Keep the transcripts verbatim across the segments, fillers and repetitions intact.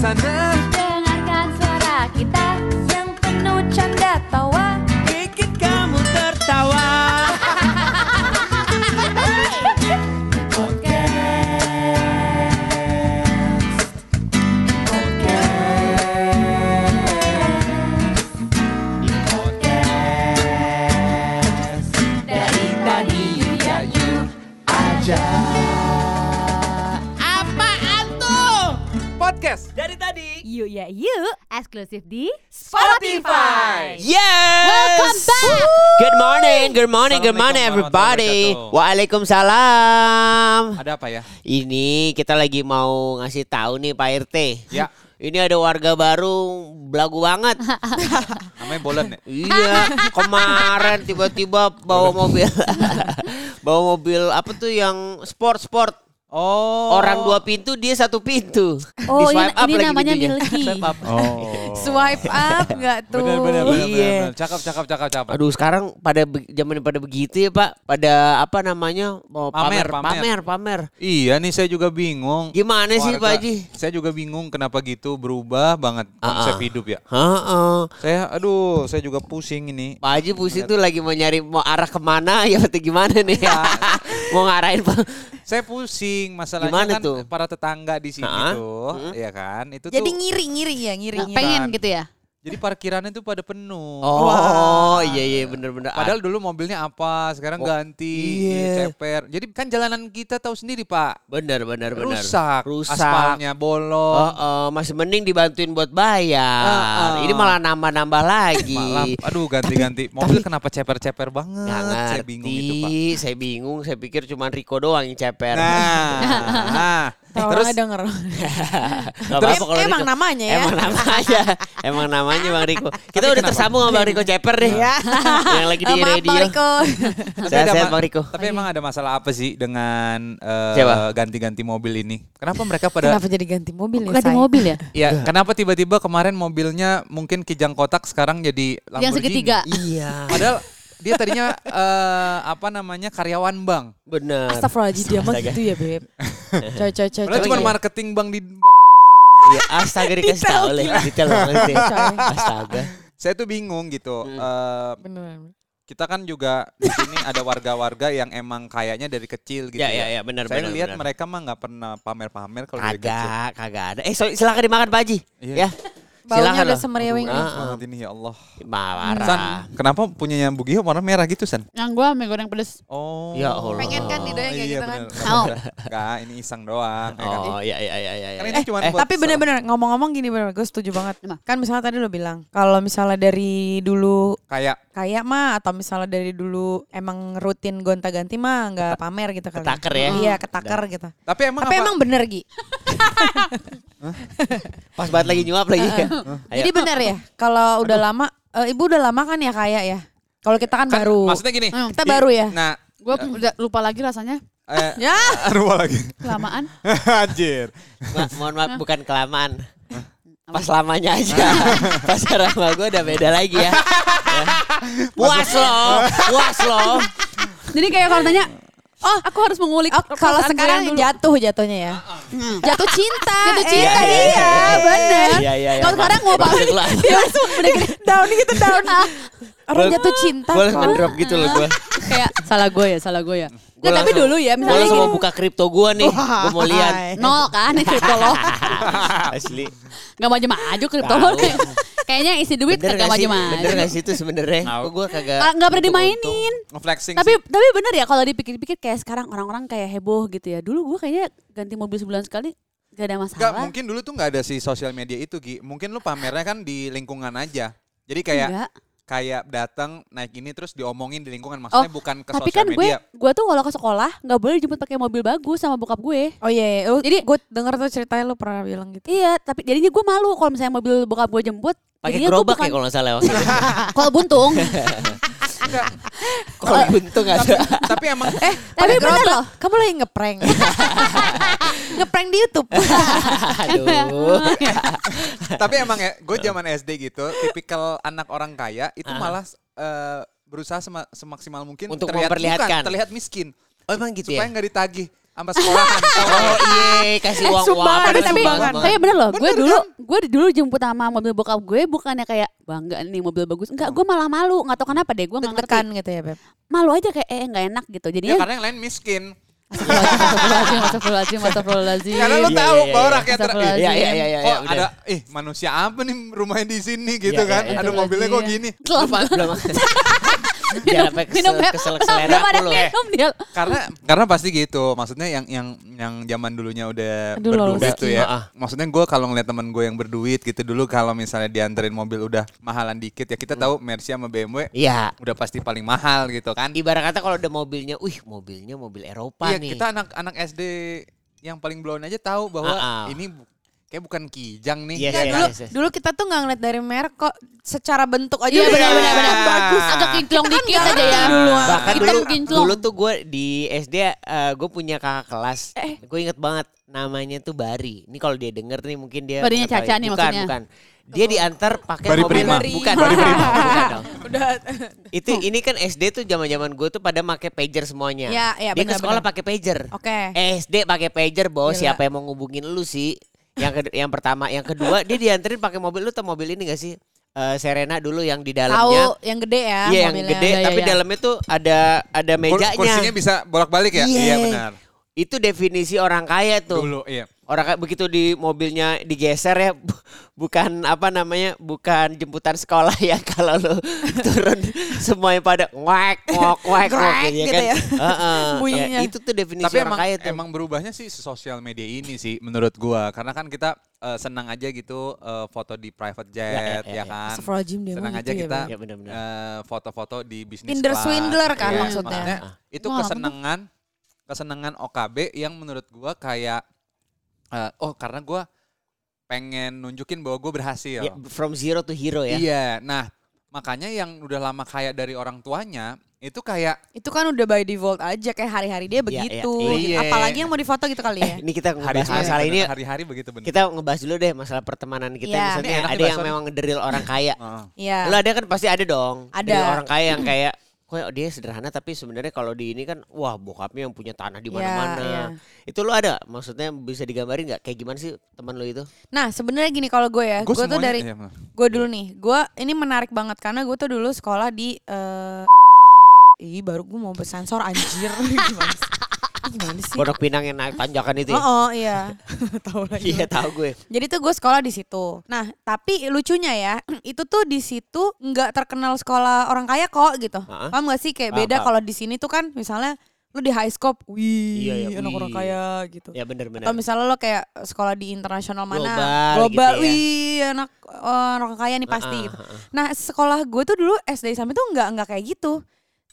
sana. Dengarkan suara kita yang penuh canda tawa, Bikin kamu tertawa. dari tadi ya you aja. Apaan tuh? Podcast dari tadi. Yuk ya yuk, eksklusif di Spotify. Yes. Welcome back. Good morning, good morning, good morning everybody. Assalamualaikum Waalaikumsalam. Ada apa ya? Ini kita lagi mau ngasih tahu nih Pak R T. Ya. Ini ada warga baru belagu banget. Namanya Bolen ya? Iya, kemarin tiba-tiba bawa mobil. Bawa mobil apa tuh yang sport-sport. Oh. Orang dua pintu, dia satu pintu. Oh, Di ini, swipe up ini lagi namanya pintunya. Milky. Swipe up. Oh. Swipe up nggak tuh? Bener bener bener, Iya. bener. Cakep cakep cakep cakep. Aduh, sekarang pada be- zaman pada begitu ya Pak. Pada apa namanya? Mau pamer, Pamer, pamer, pamer. pamer. Iya nih saya juga bingung. Gimana sih Warga- Pak Haji? Saya juga bingung kenapa gitu berubah banget konsep Ah-ah. hidup ya. Heeh. Saya aduh saya juga pusing ini. Pak Haji pusing tuh lagi mau nyari mau arah kemana ya atau gimana nih? Mau ngarahin Pak. Saya pusing masalahnya Gimana kan tuh? para tetangga di sini Ah-ah. tuh, Hmm. ya kan? Itu Jadi tuh ngiri ngiri ya ngiri. Bukan. Pengen. Pengen gitu ya? jadi parkirannya tuh pada penuh. Oh, iya iya bener-bener. Padahal dulu mobilnya apa, sekarang Oh, ganti, iya. ceper. Jadi kan jalanan kita tahu sendiri Pak, bener bener bener. rusak, Rusak. aspalnya bolong. Oh, oh, masih mending dibantuin buat bayar. Ah, ah. Ini malah nambah-nambah lagi. Malam, aduh ganti-ganti. Mobil kenapa ceper-ceper banget? Nggak ngerti. Saya bingung itu Pak. Saya bingung. Saya pikir cuma Riko doang yang ceper. Nah, nah. Terus terus denger. Gak apa-apa kalau Emang Riko. namanya ya. Emang namanya. Emang namanya Bang Riko. Kita Tapi udah kenapa? tersambung sama Bang Riko Ceper deh. Ya. Yang lagi di Eh, maaf, radio. Bang Riko. Tapi ada Sehat-sehat ma- Bang Riko. Tapi emang ada masalah apa sih dengan eh, Siapa? ganti-ganti mobil ini? Kenapa mereka pada Kenapa jadi ganti mobil ya? Ganti Say? mobil ya? ya kenapa tiba-tiba kemarin mobilnya mungkin kijang kotak sekarang jadi Lamborghini? Yang segitiga. Iya. Padahal dia tadinya eh, apa namanya karyawan bank. Benar. Astagfirullahaladzim dia mah Astaga. gitu ya beb. Coy coy coy. Padahal coy. cuma iya. marketing bank di Iya, astaga dikasih tahu oleh detail banget sih. Astaga. saya tuh bingung gitu. Hmm. Eh, Bener. kita kan juga di sini ada warga-warga yang emang kayaknya dari kecil gitu Ya ya. ya ya benar Saya benar. lihat benar. mereka mah nggak pernah pamer-pamer kalau dari kecil. Kagak, kagak ada. Eh, so, silakan dimakan Pak Haji. Iya. Ya. Baunya Silakan udah loh. semeriwing. Ah, Enak ah. banget ini ya Allah. Marah. San, kenapa punyanya Bu Gio warna merah gitu San? Yang gua mie goreng pedes. Oh. Ya Allah. Pengen kan nih doang kayak iya, gitu kan. bener. Mau. Enggak, ini iseng doang. ya kan? Oh, iya iya iya iya. Kan iya. ini cuma Eh, buat tapi so- bener-bener ngomong-ngomong gini bener, gue setuju banget. Emang? Kan misalnya tadi lo bilang kalau misalnya dari dulu kayak kayak mah atau misalnya dari dulu emang rutin gonta-ganti mah nggak pamer gitu kali. Ketaker ya? Iya ketaker gitu. tapi emang Tapi apa? emang bener Gi. Pas banget lagi nyuap lagi. Ayo. Jadi bener ya kalau udah lama, eh, ibu udah lama kan ya kayak ya. Kalau kita kan, Kan, baru. maksudnya gini. Hmm. Kita i- baru ya. Nah, Gua udah lupa lagi rasanya. eh, Ya. lupa lagi. Kelamaan. Anjir. Ma- mohon maaf bukan kelamaan. Pas lamanya aja. Pas sama gue udah beda lagi ya. Ya. Puas loh, puas loh. Jadi kayak kalau tanya, oh aku harus mengulik. Oh, kalau perasaan gue sekarang yang dulu. jatuh jatuhnya ya. Jatuh cinta. Jatuh Eh, cinta, iya, iya, bener. Iya iya iya. Kalau sekarang mau Maksud banget. lo- Dia langsung udah gini. down gitu down. Orang jatuh cinta. Gue kok. ngedrop gitu loh gue. Kayak salah gue ya, salah gue ya. Gua Nggak, tapi langsung- dulu ya Gue misalnya langsung gini. mau buka kripto gue nih. Gue mau lihat. Hai. Nol kan kripto lo. Asli. Gak maju-maju kripto lo. Kayaknya isi duit Bener kagak gak sih? maju-maju. Bener gak sih itu sebenarnya? Nah, Kok gue kagak. Ah, nggak pernah untung-untung. dimainin. Ngeflexing Tapi sih. tapi bener ya kalau dipikir-pikir kayak sekarang orang-orang kayak heboh gitu ya. Dulu gue kayaknya ganti mobil sebulan sekali gak ada Enggak, masalah. mungkin dulu tuh nggak ada si sosial media itu Gi. Mungkin lu pamernya kan di lingkungan aja. Jadi kayak Enggak. kayak datang naik ini terus diomongin di lingkungan, maksudnya bukan ke Tapi sosial kan gue media. gue tuh kalau ke sekolah nggak boleh dijemput pakai mobil bagus sama bokap gue. Oh iya, iya. Lu- Jadi- gue denger tuh ceritanya lu pernah bilang gitu. Iya, tapi jadinya gue malu kalau misalnya mobil bokap gue jemput. Pakai jadinya gue gerobak bukan- ya kalau nggak salah waktu itu. Kalau buntung. Kalau buntung nggak tapi, ada. tapi emang Eh, Tapi tapi bener bener loh. Kamu lagi ngeprank. ngeprank di YouTube. Aduh. tapi emang ya gue zaman S D gitu, tipikal anak orang kaya itu Ah. malah eh, berusaha sema- semaksimal mungkin Untuk terlihat memperlihatkan. bukan, terlihat miskin Oh emang gitu supaya ya? nggak ditagih sama sekolahan. Oh iya. kasih uang-uang Sumbangan, apa tapi dan tapi sumbangan. tapi bener loh, gue Bener dulu kan? gue dulu jemput sama mobil bokap gue bukannya kayak bangga nih mobil bagus. Enggak, gue malah malu, enggak tahu kenapa deh, gue enggak ngerti. Deg-degan gitu ya Beb. Malu aja kayak eh enggak enak gitu. Ya Jadinya karena yang lain miskin. astagfirullahaladzim, astagfirullahaladzim, astagfirullahaladzim. Karena lo Iya, tahu iya, bahwa iya. rakyat ter- Astagfirullahaladzim. Iya iya iya iya. Oh bener. ada, ih manusia apa nih rumahnya di sini gitu Iya, kan? iya, iya. Aduh mobilnya kok Astagfirullahaladzim. gini. Kelam- belum Jangan sampai minum kesel, ya. kesel Belum selera ada aku loh. minum dia. Karena karena pasti gitu. Maksudnya yang yang yang zaman dulunya udah Aduh, berduit lolos. tuh ya. Ah. Maksudnya gue kalau ngeliat temen gue yang berduit gitu dulu kalau misalnya dianterin mobil udah mahalan dikit ya kita tahu Mercy sama B M W Iya. udah pasti paling mahal gitu kan. Ibarat kata kalau udah mobilnya, wih mobilnya mobil Eropa Iya nih. kita anak-anak S D yang paling blown aja tahu bahwa Ah, ah. ini bu- kayak bukan Kijang nih. Iya, Ya, iya, dulu, iya, iya. dulu kita tuh nggak ngeliat dari merek kok, secara bentuk aja Iya udah benar benar benar. bagus. Agak kinclong Kita kan dikit nggak aja ya. ngerti dulu. Bahkan Hitam dulu, kinclong. dulu tuh gue di S D uh, gue punya kakak kelas. Eh. Gue inget banget namanya tuh Bari. Ini kalau dia denger nih mungkin dia Barinya mengetahui. Caca nih bukan, maksudnya. Bukan. Dia diantar pakai Bari mobil Prima. bukan. Bari Prima. Bukan dong. Udah. Itu ini kan S D tuh zaman-zaman gue tuh pada pakai pager semuanya. Ya, ya, dia ke benar, sekolah benar. pakai pager. Oke. S D pakai pager, bos. Gila. Siapa yang mau ngubungin lu sih? Yang ke- yang pertama, yang kedua dia dianterin pakai mobil. Lu tau mobil ini gak sih? Eh, Serena dulu yang di dalamnya. Tahu yang gede ya Iya yang mobilnya. gede, Iya, iya, tapi iya. dalamnya tuh ada ada Kur- mejanya. Kursinya bisa bolak-balik ya? Iya. Iya benar. Itu definisi orang kaya tuh. Dulu iya. Orang kayak begitu di mobilnya digeser ya, bu- bukan apa namanya, bukan jemputan sekolah ya kalau lu turun semuanya pada ngwek ngok ngwek ngok Grek ya gitu kan. ya. Heeh. Bunyinya. Ya, itu tuh definisi Tapi orang emang kaya tuh. emang berubahnya sih sosial media ini sih menurut gua karena kan kita eh, senang aja gitu eh, foto di private jet Ya, ya, ya, ya, ya. kan. Astagfirullahaladzim, dia Senang mah aja gitu ya, kita Bang. Ya, benar-benar. eh, foto-foto di bisnis Tinder class. swindler kan Iya, maksudnya. itu Wah, apa tuh? kesenangan kesenangan O K B yang menurut gua kayak eh, oh karena gua pengen nunjukin bahwa gue berhasil. Ya, from zero to hero ya. Iya, nah makanya yang udah lama kaya dari orang tuanya itu kayak Itu kan udah by default aja kayak hari-hari dia Iya, begitu. iya, gitu. iya. Apalagi yang mau difoto gitu kali ya. Eh, ini kita ngebahas hari-hari masalah ini. bener, hari-hari begitu bener. Kita ngebahas dulu deh masalah pertemanan kita. Iya. Misalnya Ini enak ada nih yang bahasan. memang the real orang kaya. Heeh. Iya. Lu ada kan pasti ada dong. Ada. Dari orang kaya yang kayak kok dia sederhana tapi sebenarnya kalau di ini kan wah bokapnya yang punya tanah di Iya, mana-mana. iya. Itu lu ada maksudnya bisa digambarin nggak kayak gimana sih teman lu itu? Nah sebenarnya gini kalau gue ya, Gua gue tuh semuanya- dari iya, bener. gue dulu nih, gue ini menarik banget karena gue tuh dulu sekolah di eh ih baru gue mau bersensor anjir gimana sih? Ih, Gimana sih? Pondok Pinang yang naik tanjakan itu ya? Oh, oh iya, tahu lagi. Iya tahu gue. Jadi tuh gue sekolah di situ. Nah, tapi lucunya ya, itu tuh di situ nggak terkenal sekolah orang kaya kok gitu. Hah? Paham gak sih? Kayak Paham, beda paham. kalau di sini tuh kan, misalnya lu di high scope, wih, Iya, iya, anak wih. orang kaya gitu. Ya benar-benar. Atau misalnya lo kayak sekolah di internasional mana, Global global, gitu ya. wih, anak eh, orang kaya nih pasti Ah, gitu. ah, ah. Nah, sekolah gue tuh dulu S D sampai tuh nggak nggak kayak gitu.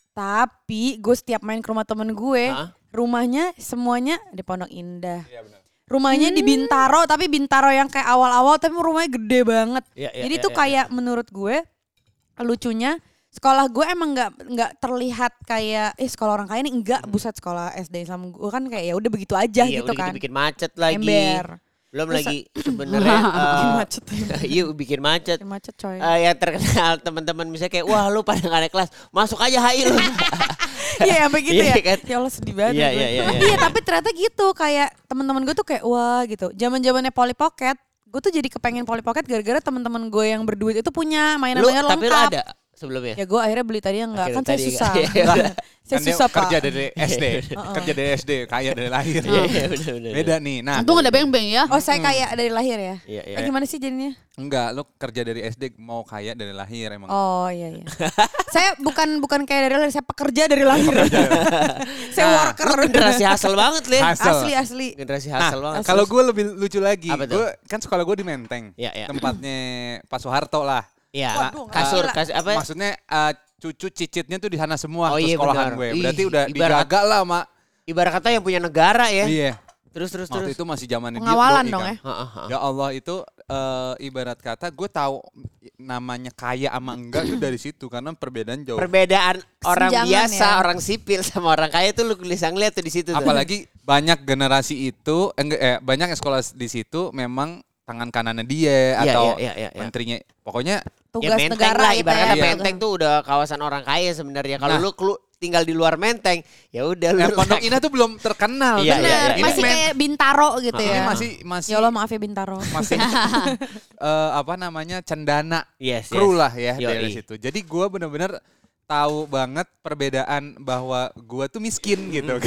Tapi gue setiap main ke rumah temen gue, Hah? rumahnya semuanya di Pondok Indah. Rumahnya di Bintaro, tapi Bintaro yang kayak awal-awal tapi rumahnya gede banget. Iya, iya, Jadi iya, tuh iya. kayak menurut gue lucunya sekolah gue emang nggak nggak terlihat kayak eh sekolah orang kaya nih enggak, buset sekolah S D sama gue kan kayak ya udah begitu aja Iya, gitu udah kan. bikin macet lagi. Ember. Belum Terus- lagi sebenarnya Bikin eh, macet. iya bikin macet. Bikin macet coy. Eh, yang terkenal teman-teman misalnya kayak wah lu pada nggak naik kelas masuk aja H I lu. Iya sampai gitu Iya ya. kan? Ya Allah sedih banget. Iya, gue. iya, iya, Iya, tapi ternyata gitu kayak teman-teman gue tuh kayak wah gitu. Zaman-zamannya Polly Pocket, gue tuh jadi kepengen Polly Pocket gara-gara teman-teman gue yang berduit itu punya Lu mainan-mainan lengkap. tapi lu ada sebelumnya. Ya gue akhirnya beli tadi enggak, Akhirnya kan saya tadi susah. enggak. Iya, iya. Saya Kan dia susah Pak. kerja dari S D, kerja dari S D, kaya dari lahir. Iya iya benar benar. Beda nih. Nah, Untung ada beng-beng ya. Oh saya kayak dari lahir ya? Iya iya. Eh, gimana sih jadinya? enggak, lu kerja dari S D mau kaya dari lahir emang. Oh iya iya. Saya bukan bukan kayak dari lahir, saya pekerja dari lahir. Saya Nah, worker. Lu generasi hasil banget Le. Hasil. Asli asli. Generasi Nah, hasil banget. kalau gue lebih lucu lagi, Apa tuh? gue kan sekolah gue di Menteng, Iya, iya. tempatnya Pak Soeharto lah. Iya. Waduh, Kasur gila. kasur apa? Maksudnya eh, cucu cicitnya tuh di sana semua Oh tuh iya, sekolahan benar. gue. Ih, Berarti udah ibarat- dijaga lah mak. Ibarat kata yang punya negara ya. Iya. Terus terus Waktu terus. itu masih zamannya Pengawalan Doi dong kan. ya. Heeh, heeh. Ya Allah itu eh, ibarat kata gue tahu namanya kaya sama enggak tuh dari situ karena perbedaan jauh. Perbedaan orang Kesenjangan biasa, ya. orang sipil sama orang kaya tuh lu bisa ngeliat tuh di situ tuh. Apalagi banyak generasi itu eh, enggak, eh, banyak yang sekolah di situ memang tangan kanannya dia Iya, atau iya, iya, iya, iya. menterinya. Pokoknya Tugas ya, Menteng negara lah, gitu ibarat ya. kata Iya. Menteng tuh udah kawasan orang kaya sebenarnya. Kalau Nah. lu kelu- tinggal di luar Menteng, ya udah lu. Ya, Pondok Indah tuh belum terkenal. Iya, Bener, iya, iya. masih Ini kayak Bintaro gitu Ini ya. masih masih Ya Allah maaf ya Bintaro. masih eh, apa namanya Cendana Yes, kru yes. lah ya Yoi. dari situ. Jadi gue bener-bener tahu banget perbedaan bahwa gue tuh miskin gitu.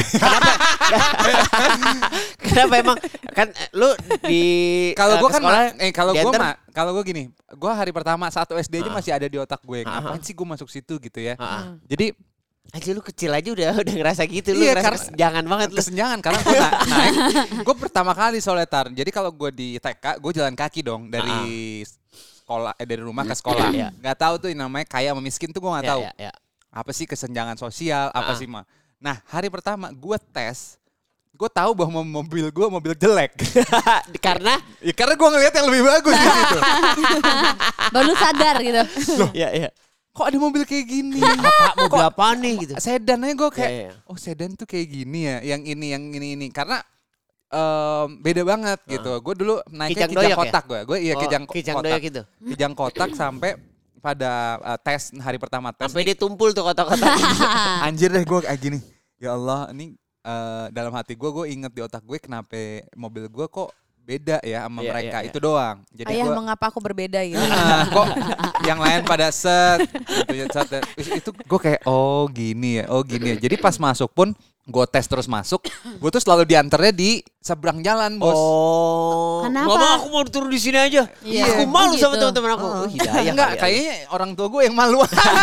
Kenapa emang kan eh, lu di Kalau eh, gue ke kan sekolah ma- eh kalau gue diantar- mah kalau gue gini, gue hari pertama satu S D aja Ah. masih ada di otak gue. Ah, ah. Ngapain sih gue masuk situ gitu ya? Ah, ah. Jadi Aja lu kecil aja udah udah ngerasa gitu lu Iya, ngerasa karena- kesenjangan banget lu. kesenjangan karena gue na- naik. Gue pertama kali soletar. Jadi kalau gue di T K, gue jalan kaki dong dari sekolah eh, dari rumah ke sekolah. Iya. Nggak tahu tuh yang namanya kaya sama miskin tuh gue nggak Ya, tahu. ya, ya. Apa sih kesenjangan sosial, apa Ah. sih mah. Nah hari pertama gue tes, gue tahu bahwa mobil gue mobil jelek. Karena Ya, karena gue ngeliat yang lebih bagus di situ. Baru sadar gitu. ya ya. Kok ada mobil kayak gini? Apa mobil apa nih gitu. Sedan aja gue kayak, Iya, iya. oh sedan tuh kayak gini ya, yang ini, yang ini, ini. Karena em, beda banget gitu. Gue dulu naiknya Kijang kijang doyak ya? kotak gue. Gue iya Oh, kijang, kijang kotak. doyak gitu. Kijang kotak sampai pada uh, tes hari pertama tes. Sampai dia tumpul tuh kotak-kotak. Anjir deh gue kayak gini. Ya Allah, ini uh, dalam hati gue, gue inget di otak gue kenapa mobil gue kok beda ya sama Iya, mereka. iya, iya. Itu doang. Jadi Ayah gue mengapa aku berbeda gitu. Ah, kok yang lain pada set gitu ya, set, dan itu gue kayak oh gini ya, oh gini ya. Jadi pas masuk pun gue tes terus masuk, gue tuh selalu diantarnya di seberang jalan bos. Oh. Kenapa? Nggak mau, aku mau turun di sini aja. Iya. Aku malu Oh, sama gitu. teman-teman aku. Oh, hidayah Enggak, kali ya. kayaknya orang tua gue yang malu.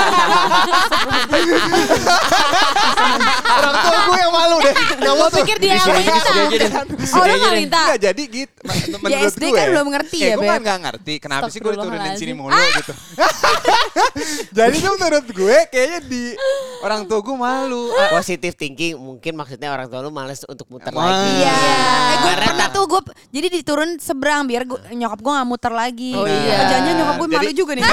Orang tua gue yang malu deh. Gak mau tuh. Pikir dia Di yang sini aja, minta. sini aja deh. Oh lu nggak minta? Enggak jadi gitu. Menurut Ya S D gue, kan belum ngerti ya, gue Beb. kan gak ngerti kenapa sih gue diturunin sini mulu Astagfirullahaladzim. gitu. Jadi tuh menurut gue kayaknya di orang tua gue malu. Ah, Positive thinking mungkin maksudnya orang tua lu males untuk muter Wah. lagi. Iya. Eh, gue Karena pernah tuh gue jadi diturun seberang biar gua, nyokap gue gak muter lagi. Oh, iya. Jangan nyokap gue malu Jadi- juga nih.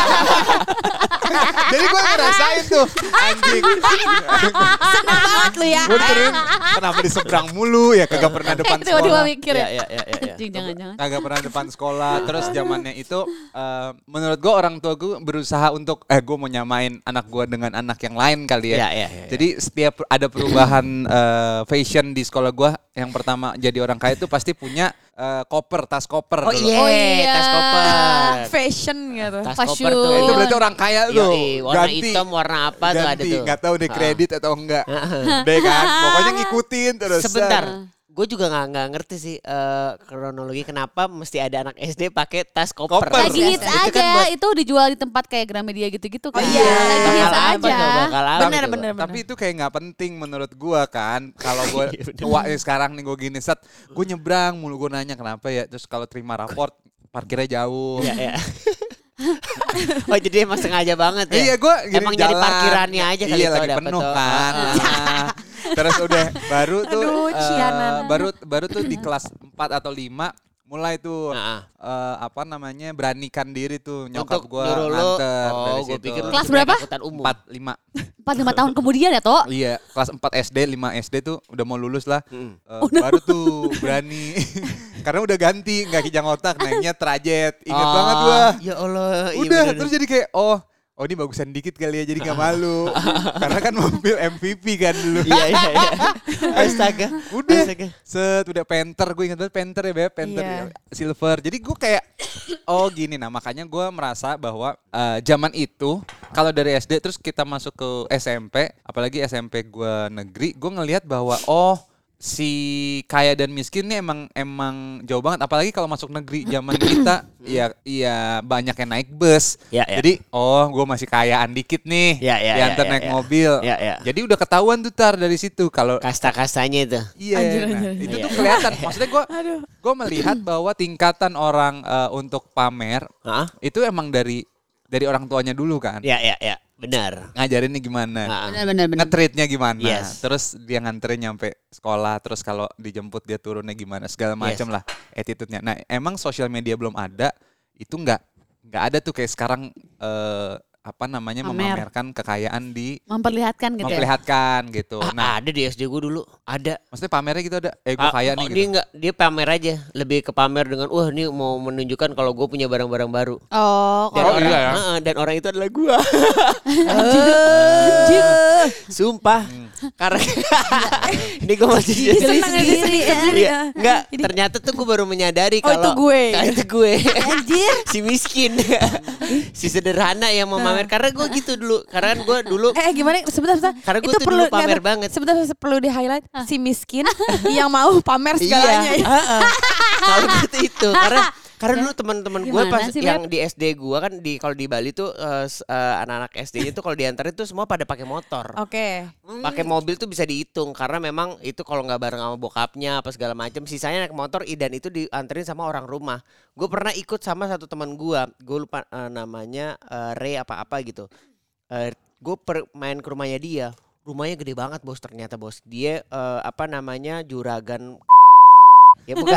Jadi gue ngerasain tuh anjing. Seneng banget lu ya. Gue diturunin kenapa di seberang mulu ya, kagak pernah depan Eh, tiba-tiba sekolah. mikir Ya, ya. ya, ya, ya, ya. Anjing, jangan-jangan. Kagak pernah depan sekolah. Terus zamannya itu eh, menurut gue orang tua gue berusaha untuk eh gue mau nyamain anak gue dengan anak yang lain kali ya. Ya, ya, ya, ya. Jadi setiap ada perubahan eh, fashion di sekolah gue, yang pertama jadi orang kaya itu pasti punya eh, koper, tas koper. Oh dulu. iya, Oh iya. tas koper. Fashion gitu. Tas Fashion. koper tuh. Itu berarti orang kaya tuh. Yoi, warna hitam, warna apa tuh ada ganti. tuh. Nggak tahu deh Ah. kredit atau enggak. Deh kan, pokoknya ngikutin terus. Sebentar, gue juga nggak nggak ngerti sih eh, kronologi kenapa mesti ada anak S D pakai tas koper. Koper. Lagi hits Itu aja, kan buat- itu dijual di tempat kayak Gramedia gitu-gitu kan. Oh iya. Lagi bakal hits apa aja. tuh, bakal apa Bener, tuh. bener. Tapi itu kayak nggak penting menurut gua kan. Kalau gua Iya, bener. tua ya sekarang nih gua gini set, gua nyebrang mulu, gua nanya kenapa ya. Terus kalau terima raport parkirnya jauh. Iya, iya. Oh jadi emang sengaja banget ya? Iya, gua gini Emang nyari jalan. parkirannya aja kali iya, kalau lagi dapet penuh tuh. kan. Ah. Nah, terus udah baru tuh Aduh, eh, cianan. baru baru tuh di kelas empat atau lima mulai tuh Nah, eh, apa namanya beranikan diri tuh nyokap untuk gua nyuruh lu, nganter oh dari gue situ. pikir lu Kelas naik berapa? angkutan umum. empat lima. empat lima tahun kemudian ya, Tok? Iya, kelas empat S D, lima S D tuh udah mau lulus lah. Hmm. Eh, baru tuh berani. Karena udah ganti, nggak kijang otak, naiknya trajet. Ingat Oh, banget gua. Ya Allah. iya Udah, bener. terus jadi kayak oh, oh ini bagusan dikit kali ya, jadi nggak malu. Karena kan mobil M V P kan dulu. Iya iya iya. Astaga. Udah, Astaga. set udah Panther, gue ingat banget Panther ya Beb, Panther Iya. silver. Jadi gue kayak oh gini, nah makanya gue merasa bahwa eh, zaman itu kalau dari S D terus kita masuk ke S M P, apalagi S M P gue negeri, gue ngelihat bahwa oh si kaya dan miskin ini emang emang jauh banget, apalagi kalau masuk negeri zaman kita ya iya banyak yang naik bus. Ya, ya. Jadi oh gue masih kayaan dikit nih, Ya, ya, diantar ya, ya, naik ya. mobil. Ya, ya. Jadi udah ketahuan tuh tar dari situ kalau Kasta-kastanya itu. iya, Anjir, nah, anjir, itu anjir. tuh kelihatan. Maksudnya gue, gue melihat bahwa tingkatan orang eh, untuk pamer Hah? itu emang dari dari orang tuanya dulu kan. Ya ya ya. Benar. Ngajarinnya gimana, Ah, ah. Benar-benar benar. nge-treatnya gimana. Yes. Terus dia nganterin nyampe sekolah. Terus kalau dijemput dia turunnya gimana, segala macam lah attitude-nya. Nah emang sosial media belum ada, itu nggak nggak ada tuh kayak sekarang eh, apa namanya Pamer. memamerkan kekayaan di Memperlihatkan gitu ya. memperlihatkan gitu. Ah, Nah, ada di S D gue dulu, ada. maksudnya pamernya gitu ada. Eh gue Ah, kaya oh, nih dia gitu. enggak, dia pamer aja, lebih ke pamer dengan wah ini mau menunjukkan kalau gue punya barang-barang baru. Oh, Dan Oh, orang, iya ya? Heeh, dan orang itu adalah gue. Sumpah. Karena ini gue masih jadi Senang ya, sendiri sendiri, ya. sendiri Iya, ya. enggak, ternyata tuh gue baru menyadari Oh, kalau itu gue. Nah, itu gue. Anjir. Si miskin. Si sederhana yang mau pamer karena gue gitu dulu. Karena kan gue dulu Eh gimana? Sebentar, sebentar. Karena gue itu tuh perlu dulu pamer nggak, banget. Sebentar, perlu di highlight si miskin yang mau pamer segalanya. Iya. Ya. Heeh. Kalau gitu itu karena karena dulu teman-teman gue Gimana pas sih, yang di S D gue kan di kalau di Bali tuh eh, s- eh, anak-anak S D-nya tuh kalau diantarin tuh semua pada pakai motor. Oke. Pakai mobil tuh bisa dihitung karena memang itu kalau nggak bareng sama bokapnya apa segala macam sisanya naik motor dan itu dianterin sama orang rumah. Gue pernah ikut sama satu teman gue, gue lupa eh, namanya eh, Ray apa-apa gitu. Eh, gue main ke rumahnya dia, rumahnya gede banget bos ternyata bos. Dia eh, apa namanya juragan ya bukan.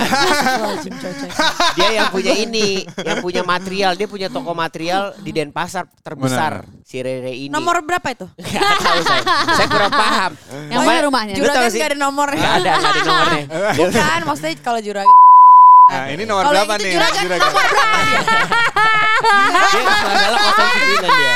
Dia yang punya ini, yang punya material, dia punya toko material di Denpasar terbesar si Rere ini. Nomor berapa itu? Nggak tahu saya. Saya kurang paham. Yang mana rumahnya? Lu tahu Juragan sih? gak ada nomornya. Nggak ada, nggak ada nomornya. Bukan, maksudnya kalau juragan. Nah, ini nomor Kalau berapa itu nih? juragan, Juragan. nomor berapa dia? Dia adalah nol sembilan dia.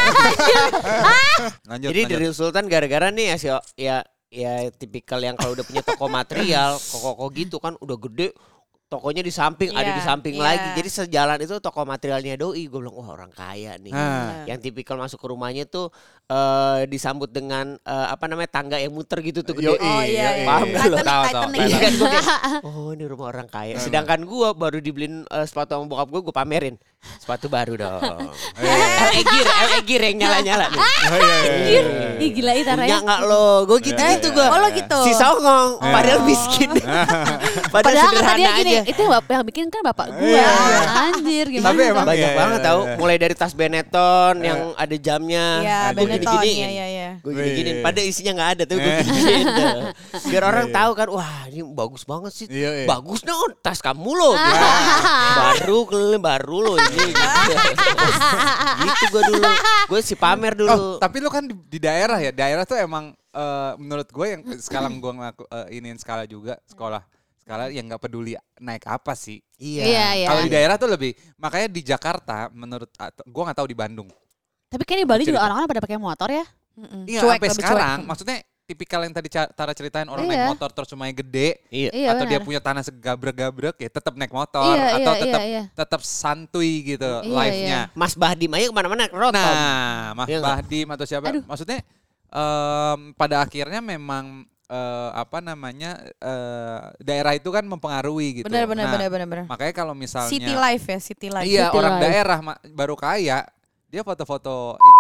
Lanjut, Jadi lanjut. dari Sultan gara-gara nih ya si ya ya tipikal yang kalau udah punya toko material, koko-koko gitu kan udah gede. Tokonya di samping, ada Iya, di samping iya. lagi. Jadi sejalan itu toko materialnya doi. Gue bilang, wah orang kaya nih. Ah. Yang tipikal masuk ke rumahnya tuh eh, disambut dengan eh, apa namanya tangga yang muter gitu tuh gede. Yoi, Oh iya, yoi. iya. Paham gak lo? Titanic, Tahu, tahu. Titanic. Iya kan gue kayak, oh ini rumah orang kaya. Sedangkan gue baru dibeliin eh, sepatu sama bokap gue, gue pamerin. Sepatu baru dong. L E Gear, L E Gear yang nyala-nyala nih. Oh, iya, iya, iya. Ih gila itu Punya Raya. gak lo? Gue gitu-gitu gue. Oh lo gitu. Si songong, padahal miskin. Padahal Padahal kan sederhana tadinya gini, aja. itu yang bapak yang bikin kan bapak gue. Iya. Anjir gimana? Tapi emang Banyak iya, banget iya, tau. iya. Mulai dari tas Benetton yang ada jamnya. Iya, Gue Benetton. gini-giniin. Iya, iya, iya. Gue gini-giniin. Wih. Padahal isinya gak ada tuh gue gini-giniin. Biar orang Iya. tahu kan, wah ini bagus banget sih. Iya, iya. Bagus dong tas kamu loh. Gitu. Baru keliling baru loh ini. Gitu, gitu gue dulu. Gue si pamer dulu. Oh, tapi lu kan di, di daerah ya. Daerah tuh emang eh, menurut gue yang sekarang gue ngelaku eh, iniin skala juga sekolah skala yang nggak peduli naik apa sih. Iya. Iya, iya. Kalau di daerah tuh lebih makanya di Jakarta menurut gue nggak tahu di Bandung. Tapi kan di Bali juga Cerita. orang-orang pada pakai motor ya. Mm-mm. Iya Cuek, sampai lebih sekarang cuek. maksudnya tipikal yang tadi Ca- Tara ceritain orang Iya. naik motor terus rumahnya gede Iya. Iya atau dia benar. punya tanah segabrek-gabrek ya tetap naik motor Iya, atau iya, tetap iya, iya. tetap santuy gitu Iya, live-nya. Mas Bahdim aja kemana-mana rotom. Nah, Mas Iya nggak? Bahdim atau siapa? Aduh. Maksudnya em, pada akhirnya memang eh, apa namanya eh, daerah itu kan mempengaruhi gitu. Benar, benar, Nah, benar, benar, benar. Makanya kalau misalnya City life ya, city life. iya City orang life. daerah ma- baru kaya, dia foto-foto itu.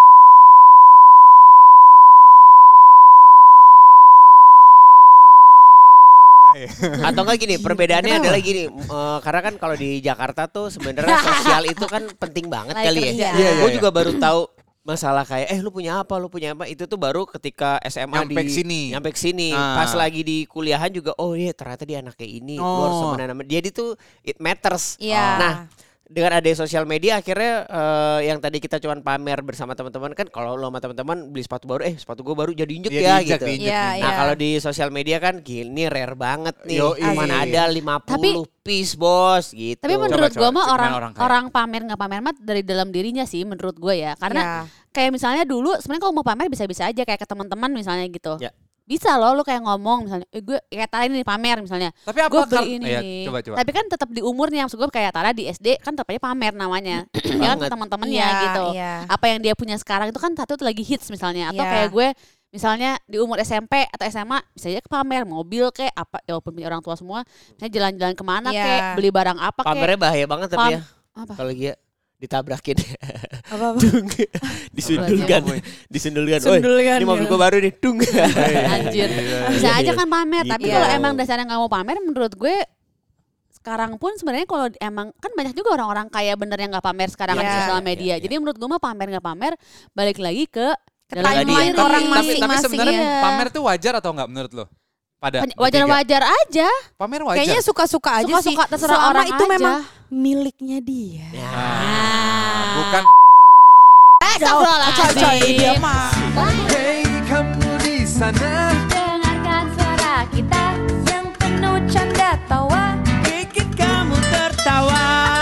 Atau enggak gini, perbedaannya adalah gini, eh, karena kan kalau di Jakarta tuh sebenarnya sosial itu kan penting banget Lagi kali ya. kerja. Iya, iya, Gue iya. juga baru tahu masalah kayak eh lu punya apa, lu punya apa, itu tuh baru ketika S M A Nyampe di ke sini. nyampe ke sini. Ah. Pas lagi di kuliahan juga oh iya ternyata dia anak kayak ini, lu harus Oh. temenan sama dia. Jadi tuh it matters. Iya. Nah, dengan ada sosial media akhirnya eh, yang tadi kita cuman pamer bersama teman-teman kan kalau lo sama teman-teman beli sepatu baru eh sepatu gue baru jadi injek Iya, ya diinjek, gitu. diinjek, Iya, diinjek. Nah iya. kalau di sosial media kan gini rare banget nih. Yoi. Mana ada lima puluh Tapi- piece bos gitu. Tapi menurut Coba, gue coba, mah segmen orang orang orang, kaya. pamer nggak pamer mah dari dalam dirinya sih menurut gue ya. Karena Iya. kayak misalnya dulu sebenarnya kalau mau pamer bisa-bisa aja kayak ke teman-teman misalnya gitu. Ya. Bisa loh lu kayak ngomong misalnya, eh, gue kayak Tara ini nih pamer misalnya. Tapi apa Gue kar- beli ini. Iya, nih. coba, coba. Tapi kan tetap di umurnya, maksud gue kayak Tara di S D kan tetap aja pamer namanya. Ya kan ke Banget. teman-temannya Iya, gitu. iya. Apa yang dia punya sekarang itu kan satu tuh lagi hits misalnya. Atau Iya. kayak gue misalnya di umur S M P atau S M A bisa aja ke pamer mobil kayak apa ya walaupun punya orang tua semua. Misalnya jalan-jalan kemana Iya. kayak beli barang apa kayak. Pamernya bahaya banget tapi Pam- ya. Apa? Kalau dia ditabrakin. Apa-apa? Dung. Disundulkan. Disundulkan. Oi, Sundulkan, ini mobil ya. gue baru nih. Dung. Anjir. Bisa aja kan pamer, tapi Gitu. kalau emang dasarnya nggak mau pamer menurut gue sekarang pun sebenarnya kalau emang kan banyak juga orang-orang kaya bener yang nggak pamer sekarang kan di Iya, sosial iya, media. iya. Jadi menurut gue mah pamer nggak pamer balik lagi ke Ke dalam timeline diri. orang tapi, tapi masing-masing sebenarnya ya. pamer tuh wajar atau enggak menurut lo? Pada bertiga. Wajar-wajar aja. Pamer wajar. Kayaknya suka-suka aja sih. Suka-suka terserah Selama orang itu aja. memang miliknya dia. Ya. Ah, bukan Eh, Astagfirullahaladzim. Coy, coy, dia mah. Hey kamu di sana, Dengarkan suara kita yang penuh canda tawa. bikin kamu tertawa.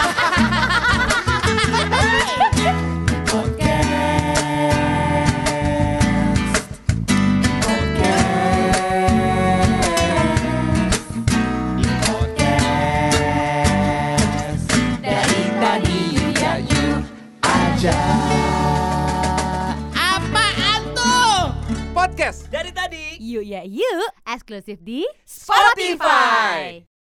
Apaan tuh? Podcast dari tadi. Yuk ya yuk, eksklusif di Spotify.